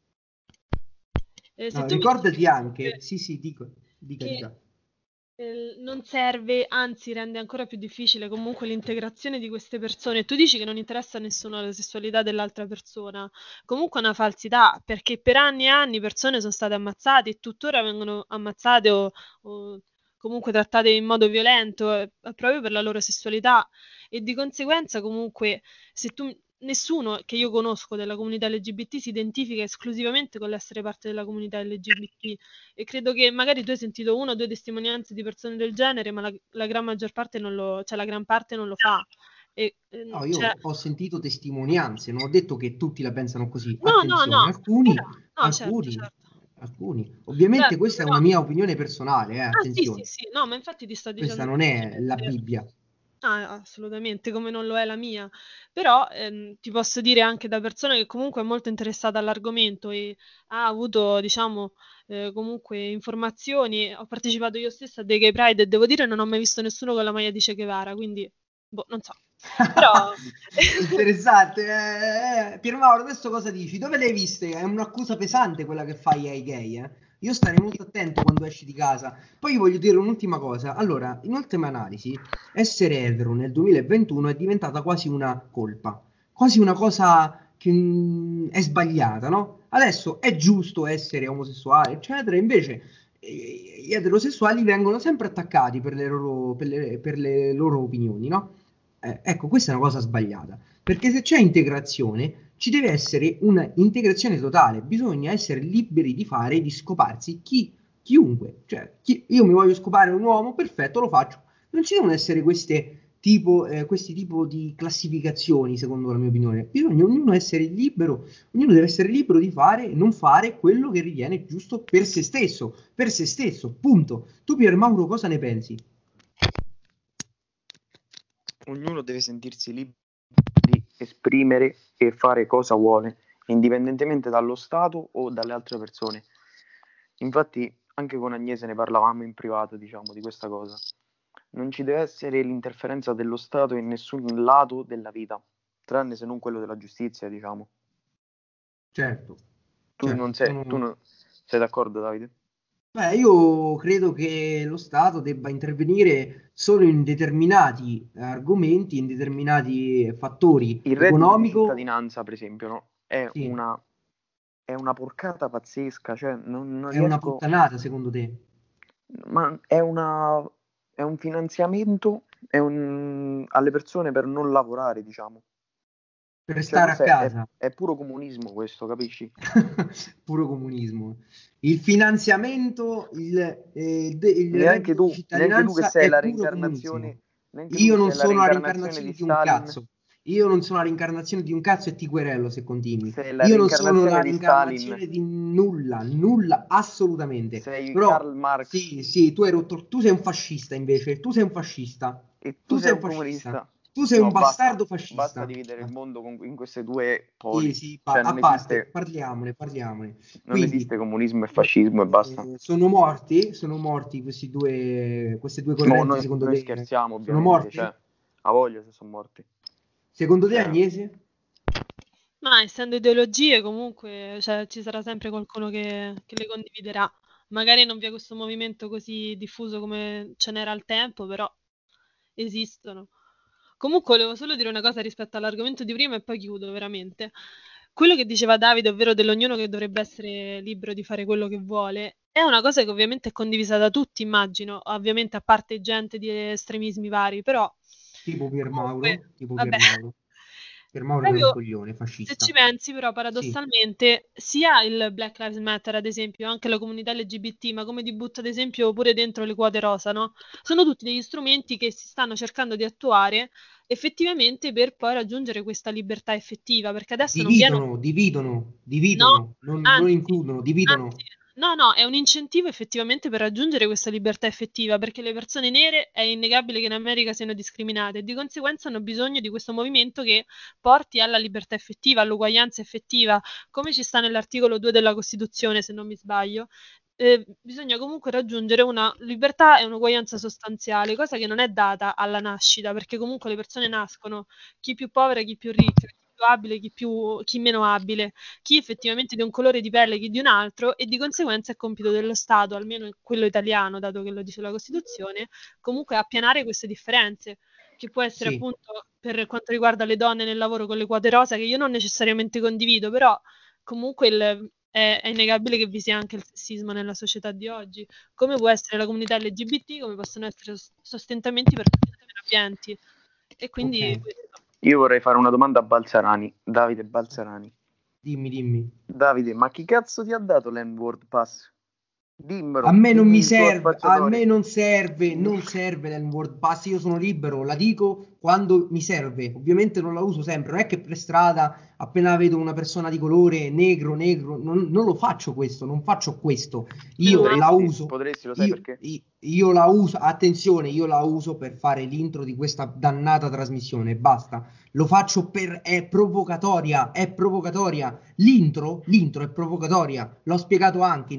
Se No, tu mi dici ricordati comunque anche, sì, dica. che non serve, anzi rende ancora più difficile comunque l'integrazione di queste persone. Tu dici che non interessa a nessuno la sessualità dell'altra persona. Comunque è una falsità, perché per anni e anni persone sono state ammazzate e tuttora vengono ammazzate o comunque trattate in modo violento proprio per la loro sessualità e di conseguenza comunque se tu nessuno che io conosco della comunità LGBT si identifica esclusivamente con l'essere parte della comunità LGBT, e credo che magari tu hai sentito una o due testimonianze di persone del genere, ma la gran maggior parte non lo, cioè la gran parte non lo fa. E, No, io cioè, ho sentito testimonianze, non ho detto che tutti la pensano così. no, no, Attenzione, no, alcuni, no, certo, alcuni, certo. alcuni. Ovviamente Certo, questa è però... una mia opinione personale, Ah, sì, sì, attenzione. sì, no, ma infatti ti sto Questa dicendo non è la semplicemente... Bibbia. Ah, assolutamente, come non lo è la mia. Però ti posso dire anche da persona che comunque è molto interessata all'argomento e ha avuto, diciamo, comunque informazioni. Ho partecipato io stessa a dei Gay Pride e devo dire non ho mai visto nessuno con la maglia di Che Guevara, quindi, boh, non so. Però... Interessante. Piermauro, adesso cosa dici? Dove le hai viste? È un'accusa pesante quella che fai ai gay, eh? Io starei molto attento quando esci di casa. Poi voglio dire un'ultima cosa. Allora, in ultima analisi, essere etero nel 2021 è diventata quasi una colpa, quasi una cosa che è sbagliata, no? Adesso è giusto essere omosessuale, eccetera, invece gli eterosessuali vengono sempre attaccati per le loro opinioni, no? Ecco, questa è una cosa sbagliata, perché se c'è integrazione, ci deve essere una integrazione totale, bisogna essere liberi di fare, di scoparsi chiunque, cioè io mi voglio scopare un uomo, perfetto, lo faccio, non ci devono essere questi tipo di classificazioni, secondo la mia opinione, bisogna ognuno essere libero, ognuno deve essere libero di fare e non fare quello che ritiene giusto per se stesso, punto. Tu Pier Mauro cosa ne pensi? Ognuno deve sentirsi libero di esprimere e fare cosa vuole, indipendentemente dallo Stato o dalle altre persone. Infatti, anche con Agnese ne parlavamo in privato, diciamo, di questa cosa. Non ci deve essere l'interferenza dello Stato in nessun lato della vita, tranne se non quello della giustizia, diciamo. Certo, Tu non sei, tu sono... non sei d'accordo, Davide? Beh, io credo che lo Stato debba intervenire solo in determinati argomenti, in determinati fattori Il reddito di economico. cittadinanza, per esempio, no? Sì, È una porcata pazzesca, cioè non è una riesco, puttanata secondo te? ma è un finanziamento alle persone per non lavorare, diciamo. Per Cioè stare a casa, è puro comunismo questo, capisci? puro comunismo. Il finanziamento, il reddito di Neanche tu che cittadinanza sei è la puro comunismo. reincarnazione, neanche tu Io che non sei la sono la reincarnazione reincarnazione di di un Stalin, cazzo. Io non sono la reincarnazione di un cazzo e ti querello se continui. sei la Io non sono la reincarnazione di Stalin, reincarnazione di nulla, nulla, assolutamente. sei Però Karl Marx sì, sì, tu hai rotto, tu sei un fascista invece, tu sei un fascista. e tu Tu sei sei un un fascista. comunista. Tu sei un No, basta, bastardo basta fascista. dividere il mondo in questi due Sì, poli. sì, Cioè a parte, parliamone. non esiste Quindi, comunismo e fascismo e basta. sono morti queste due No, correnti, secondo noi te? scherziamo Sono ovviamente, cioè, morti? a voglia se sono morti. Secondo te, Cioè, Agnese? Ma essendo ideologie, comunque, cioè, ci sarà sempre qualcuno che le condividerà. Magari non vi è questo movimento così diffuso come ce n'era al tempo, però esistono. Comunque, volevo solo dire una cosa rispetto all'argomento di prima e poi chiudo veramente. Quello che diceva Davide, ovvero dell'ognuno che dovrebbe essere libero di fare quello che vuole, è una cosa che ovviamente è condivisa da tutti, immagino, ovviamente a parte gente di estremismi vari, però comunque, Tipo Pier vabbè, Mauro. Pier Mauro è un proprio coglione, se ci fascista. pensi, però, Sì, paradossalmente, sia il Black Lives Matter, ad esempio, anche la comunità LGBT, ma come ti butta, ad esempio, pure dentro le quote rosa, no? Sono tutti degli strumenti che si stanno cercando di attuare effettivamente per poi raggiungere questa libertà effettiva, perché adesso non viene... No, non anzi, includono, dividono. anzi, no, no, è un incentivo effettivamente per raggiungere questa libertà effettiva, perché le persone nere è innegabile che in America siano discriminate e di conseguenza hanno bisogno di questo movimento che porti alla libertà effettiva, all'uguaglianza effettiva, come ci sta nell'articolo 2 della Costituzione, se non mi sbaglio. Bisogna comunque raggiungere una libertà e un'uguaglianza sostanziale, cosa che non è data alla nascita, perché comunque le persone nascono, chi più povera, chi più ricca, chi più abile, chi meno abile, chi effettivamente di un colore di pelle, chi di un altro, e di conseguenza è compito dello Stato, almeno quello italiano, dato che lo dice la Costituzione, comunque appianare queste differenze, che può essere Sì, appunto per quanto riguarda le donne nel lavoro con le quote rosa, che io non necessariamente condivido, però comunque è innegabile che vi sia anche il sessismo nella società di oggi, come può essere la comunità LGBT, come possono essere sostentamenti per tutti i meno abbienti. E ok. quindi questo. Io vorrei fare una domanda a Balzarani, Davide Balzarani. Dimmi. Davide, ma chi cazzo ti ha dato l'N-Word Pass? Dimmelo, A me non dimmi mi il tuo serve, a spacciatore. me non serve l'N-Word Pass, io sono libero, la dico quando mi serve, ovviamente non la uso sempre, non è che per strada appena vedo una persona di colore negro, non lo faccio questo, non faccio questo, io la uso, Potresti, lo sai perché? io la uso, attenzione, io la uso per fare l'intro di questa dannata trasmissione, basta, lo faccio è provocatoria, l'intro è provocatoria, l'ho spiegato anche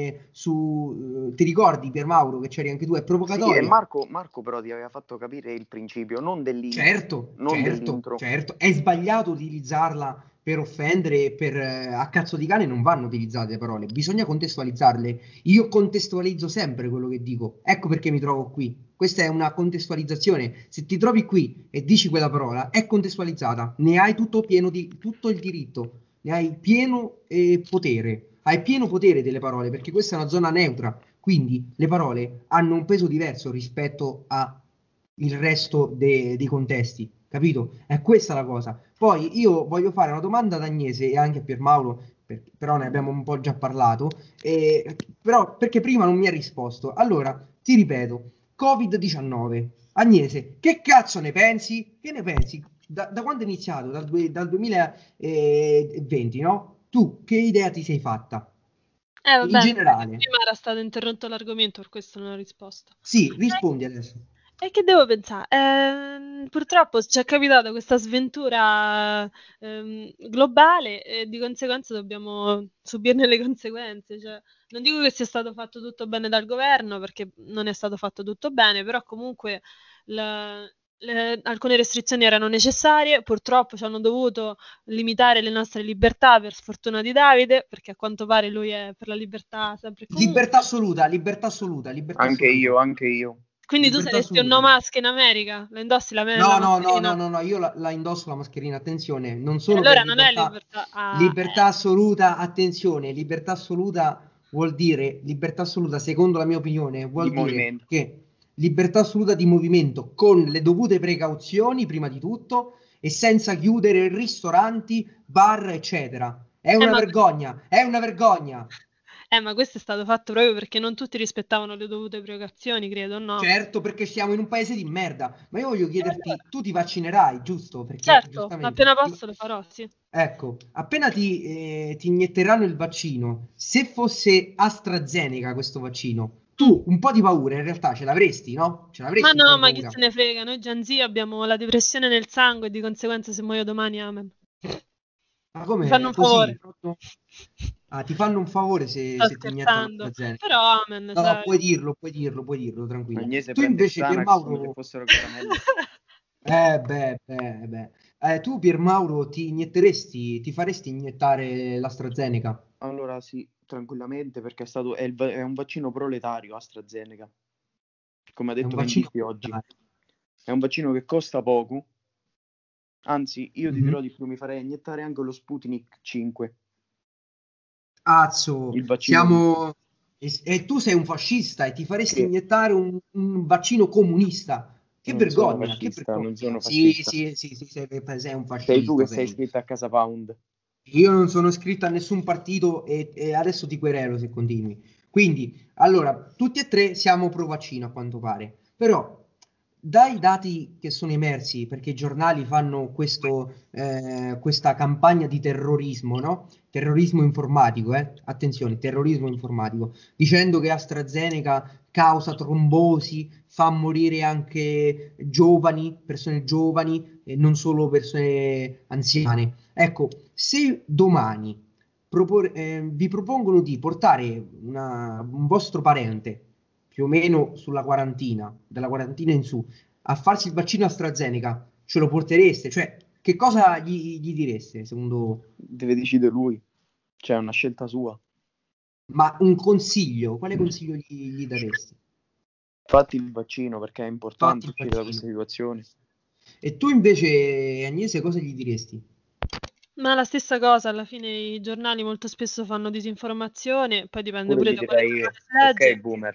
ti ricordi Piermauro che c'eri anche tu, è Sì, e provocatoria. Marco però ti aveva fatto capire il principio, non dell'intro. Certo, è sbagliato utilizzarla per offendere, a cazzo di cane non vanno utilizzate le parole, bisogna contestualizzarle. Io contestualizzo sempre quello che dico, ecco perché mi trovo qui. Questa è una contestualizzazione. Se ti trovi qui e dici quella parola, è contestualizzata, ne hai tutto il diritto, ne hai pieno potere. Hai pieno potere delle parole perché questa è una zona neutra, quindi le parole hanno un peso diverso rispetto al resto dei contesti, capito? È questa la cosa. Poi io voglio fare una domanda ad Agnese e anche a Piermauro, però ne abbiamo un po' già parlato, però perché prima non mi ha risposto. Allora, ti ripeto, Covid-19. Agnese, che cazzo ne pensi? Che ne pensi? Da quando è iniziato? Dal 2020, no? Tu che idea ti sei fatta? In Vabbè, generale. prima era stato interrotto l'argomento, per questo non ho risposto. Sì, rispondi adesso. E che devo pensare? Purtroppo ci è capitata questa sventura globale e di conseguenza dobbiamo subirne le conseguenze. Cioè, non dico che sia stato fatto tutto bene dal governo, perché non è stato fatto tutto bene, però comunque alcune restrizioni erano necessarie. Purtroppo ci hanno dovuto limitare le nostre libertà, per sfortuna di Davide, perché a quanto pare lui è per la libertà sempre e comunque. Libertà assoluta, libertà assoluta, libertà Anche assoluta. io. Quindi tu Libertà saresti un no assoluta. mask in America? La indossi la No, mascherina? no, io la indosso la mascherina, attenzione, non E sono per allora non è libertà, libertà. libertà assoluta, attenzione, libertà assoluta vuol dire, libertà assoluta, secondo la mia opinione, Di vuol dire movimento. che libertà assoluta di movimento con le dovute precauzioni, prima di tutto, e senza chiudere ristoranti, bar, eccetera. È una Ma... vergogna, è una vergogna. ma questo è stato fatto proprio perché non tutti rispettavano le dovute precauzioni, credo, no? Certo, perché siamo in un paese di merda, ma io voglio E allora? chiederti, tu ti vaccinerai, giusto? Perché Certo, giustamente appena posso lo farò, sì. ecco, appena ti inietteranno il vaccino, se fosse AstraZeneca questo vaccino, Mm. tu un po' di paura in realtà ce l'avresti, no? Ce Ma l'avresti un po' no, di ma chi paura. se ne frega, noi Gen Z abbiamo la depressione nel sangue e di conseguenza se muoio domani, amen. Ma Mi fanno come un così? favore. Ah, ti fanno un favore Sto se ti iniettano scherzando. AstraZeneca. Però, amen, No, cioè... puoi dirlo, tranquilla. Agnese Tu prende invece, Xanax come se Piermauro, fossero caramelle. beh. Tu, Piermauro, ti faresti iniettare l'AstraZeneca? Allora sì, tranquillamente, perché è un vaccino proletario AstraZeneca, come ha È un detto vaccino Venditti oggi. È un vaccino che costa poco, anzi, io ti Mhm. dirò di più, mi farei iniettare anche lo Sputnik 5, Azzo, il vaccino russo. e tu sei un fascista e ti faresti Che iniettare un vaccino comunista. Che non sono vergogna, che fascista, non vergogna. sono Sì, fascista. sei un Sei tu fascista, che sei sei. iscritto a Casa Pound. Io non sono iscritto a nessun partito e adesso ti querelo se continui. Quindi, allora, tutti e tre siamo pro vaccino a quanto pare. Però, dai dati che sono emersi, perché i giornali fanno questa campagna di terrorismo, no? Terrorismo informatico, attenzione, terrorismo informatico, dicendo che AstraZeneca causa trombosi, fa morire anche persone giovani e non solo persone anziane. Ecco, se domani vi propongono di portare un vostro parente più o meno dalla quarantina in su, a farsi il vaccino AstraZeneca, ce lo portereste? Cioè, che cosa gli direste, secondo... Deve decidere lui, cioè è una scelta sua. Ma un consiglio, quale consiglio gli daresti? Fatti il vaccino perché è Fatti importante il uscire da vaccino. questa situazione. E tu invece, Agnese, cosa gli diresti? Ma la stessa cosa, alla fine i giornali molto spesso fanno disinformazione, poi dipende Pure pure gli da quale direi giornale io, si ok legge. boomer.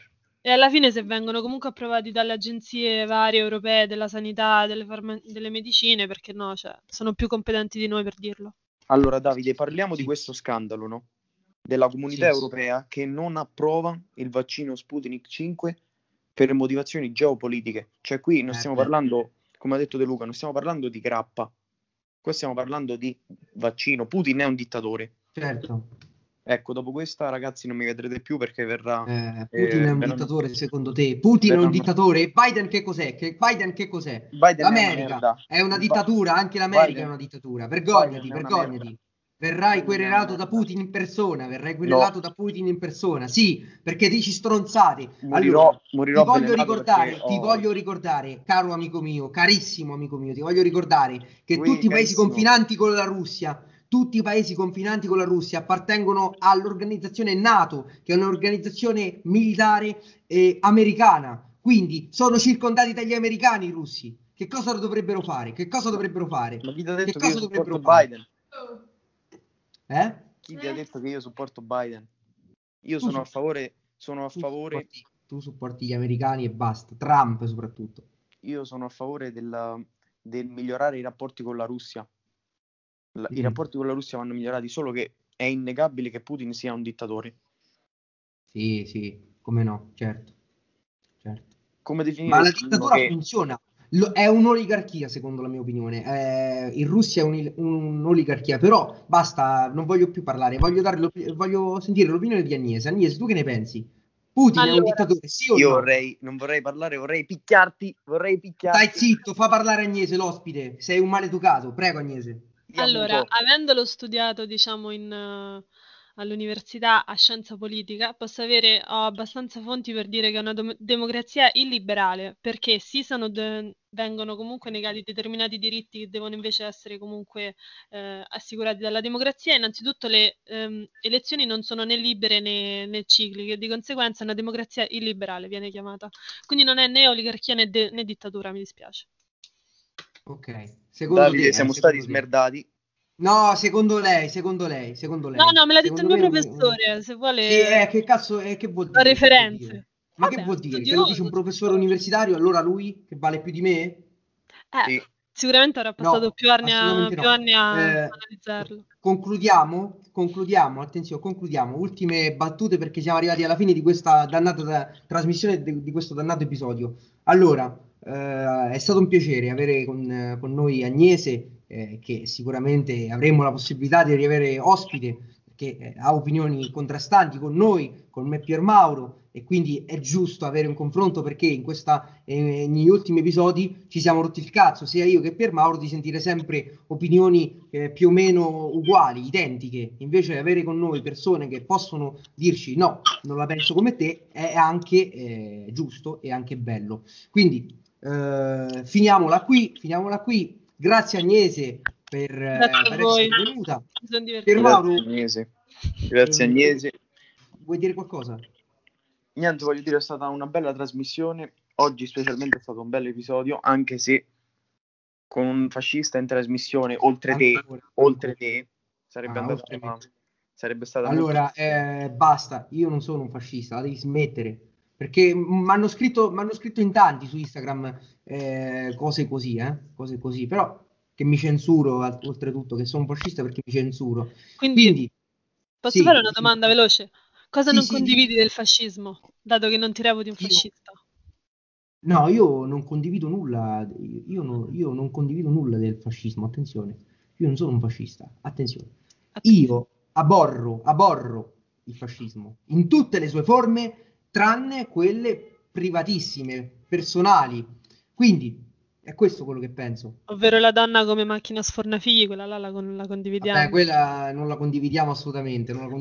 E alla fine, se vengono comunque approvati dalle agenzie varie europee della sanità, delle medicine, perché no? Cioè, sono più competenti di noi per dirlo. Allora, Davide, parliamo di Sì. questo scandalo, no? Della comunità Sì. europea che non approva il vaccino Sputnik 5 per motivazioni geopolitiche. Cioè, qui non stiamo parlando, come ha detto De Luca, non stiamo parlando di grappa. Qua stiamo parlando di vaccino. Putin è un dittatore. Certo. Ecco, dopo questa, ragazzi, non mi vedrete più perché verrà... Putin è un dittatore, secondo te? Putin è un dittatore? Biden che cos'è? Biden che cos'è? Biden L'America è una dittatura, anche l'America Biden- è una dittatura. Vergognati, Biden è una vergognati. merda. Verrai Biden è una querelato da merda. Putin in persona, verrai querelato No. da Putin in persona. Sì, perché dici stronzate. Morirò Ti voglio avvelenato ricordare, caro amico mio, carissimo amico mio, ti voglio ricordare che Lui, tutti i paesi carissimo. confinanti con la Russia, tutti i paesi confinanti con la Russia appartengono all'organizzazione NATO, che è un'organizzazione militare americana. Quindi sono circondati dagli americani i russi. Che cosa dovrebbero fare? Che cosa dovrebbero fare? Ma chi ti ha detto Che che io cosa dovrebbero supporto fare? Biden? Eh? Chi ti ha detto che io supporto Biden? Io Tu sono a su- favore, Tu supporti gli americani e basta, Trump soprattutto. io sono a favore del migliorare i rapporti con la Russia. I rapporti con la Russia vanno migliorati, solo che è innegabile che Putin sia un dittatore. Sì, come no, certo. Come definire Ma la uno dittatura che... funziona. È un'oligarchia, secondo la mia opinione. In Russia è un'oligarchia, però basta, non voglio più parlare, voglio sentire l'opinione di Agnese. Agnese, tu che ne pensi? Putin è un Allora, dittatore, sì o Io no? non vorrei parlare, vorrei picchiarti. Stai zitto, fa parlare Agnese, l'ospite. Sei un maleducato, prego Agnese. Allora, avendolo studiato, diciamo, all'università a scienza politica, ho abbastanza fonti per dire che è una democrazia illiberale, perché sì, vengono comunque negati determinati diritti che devono invece essere comunque assicurati dalla democrazia. Innanzitutto le elezioni non sono né libere né cicliche, di conseguenza è una democrazia illiberale, viene chiamata. Quindi non è né oligarchia né dittatura, mi dispiace. Ok, secondo Davide, te, siamo stati smerdati. No, secondo lei. No, me l'ha detto il Secondo mio me professore, se vuole Sì, che cazzo, che vuol ho dire? Che vuol dire? referenze. Ma Vabbè, che vuol dire? Te lo dice un studioso. professore universitario, allora lui, che vale più di me? Sì. Sicuramente avrà passato No, più anni assolutamente più no. anni a analizzarlo. Concludiamo, attenzione, concludiamo. Ultime battute perché siamo arrivati alla fine di questa dannata trasmissione, di questo dannato episodio. Allora, è stato un piacere avere con noi Agnese, che sicuramente avremo la possibilità di riavere ospite, perché ha opinioni contrastanti con noi, con me e Piermauro, e quindi è giusto avere un confronto perché negli ultimi episodi ci siamo rotti il cazzo, sia io che Piermauro, di sentire sempre opinioni più o meno uguali, identiche. Invece avere con noi persone che possono dirci no, non la penso come te, è anche giusto e anche bello. Quindi finiamola qui. Grazie Agnese per voi. essere venuta. Mi sono divertita. Piermauro, Grazie Agnese. vuoi dire qualcosa? Niente, voglio dire, è stata una bella trasmissione. Oggi specialmente è stato un bel episodio, anche se con un fascista in trasmissione, oltre te, sarebbe stata allora, molto... basta, io non sono un fascista, la devi smettere. Perché mi hanno scritto in tanti su Instagram cose così, però che mi censuro, oltretutto, che sono un fascista perché mi censuro. Quindi posso sì, fare una domanda veloce? Cosa non sì, condividi del fascismo, dato che non ti reputi un fascista? No, io non condivido nulla, io non condivido nulla del fascismo, attenzione, io non sono un fascista, attenzione. Io aborro il fascismo in tutte le sue forme, tranne quelle privatissime, personali. Quindi è questo quello che penso. Ovvero la donna come macchina sfornafigli, quella là la condividiamo. Vabbè, quella non la condividiamo assolutamente, Va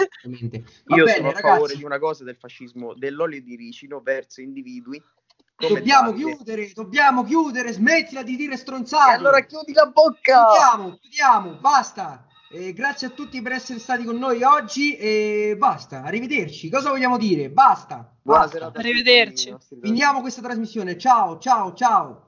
Io bene, sono a ragazzi, favore di una cosa del fascismo, dell'olio di ricino verso individui. Dobbiamo chiudere, smettila di dire stronzate. E allora chiudi la bocca! Chiudiamo, basta. Grazie a tutti per essere stati con noi oggi e basta, arrivederci. Cosa vogliamo dire? Basta. Buona serata. Arrivederci. Finiamo questa trasmissione. Ciao.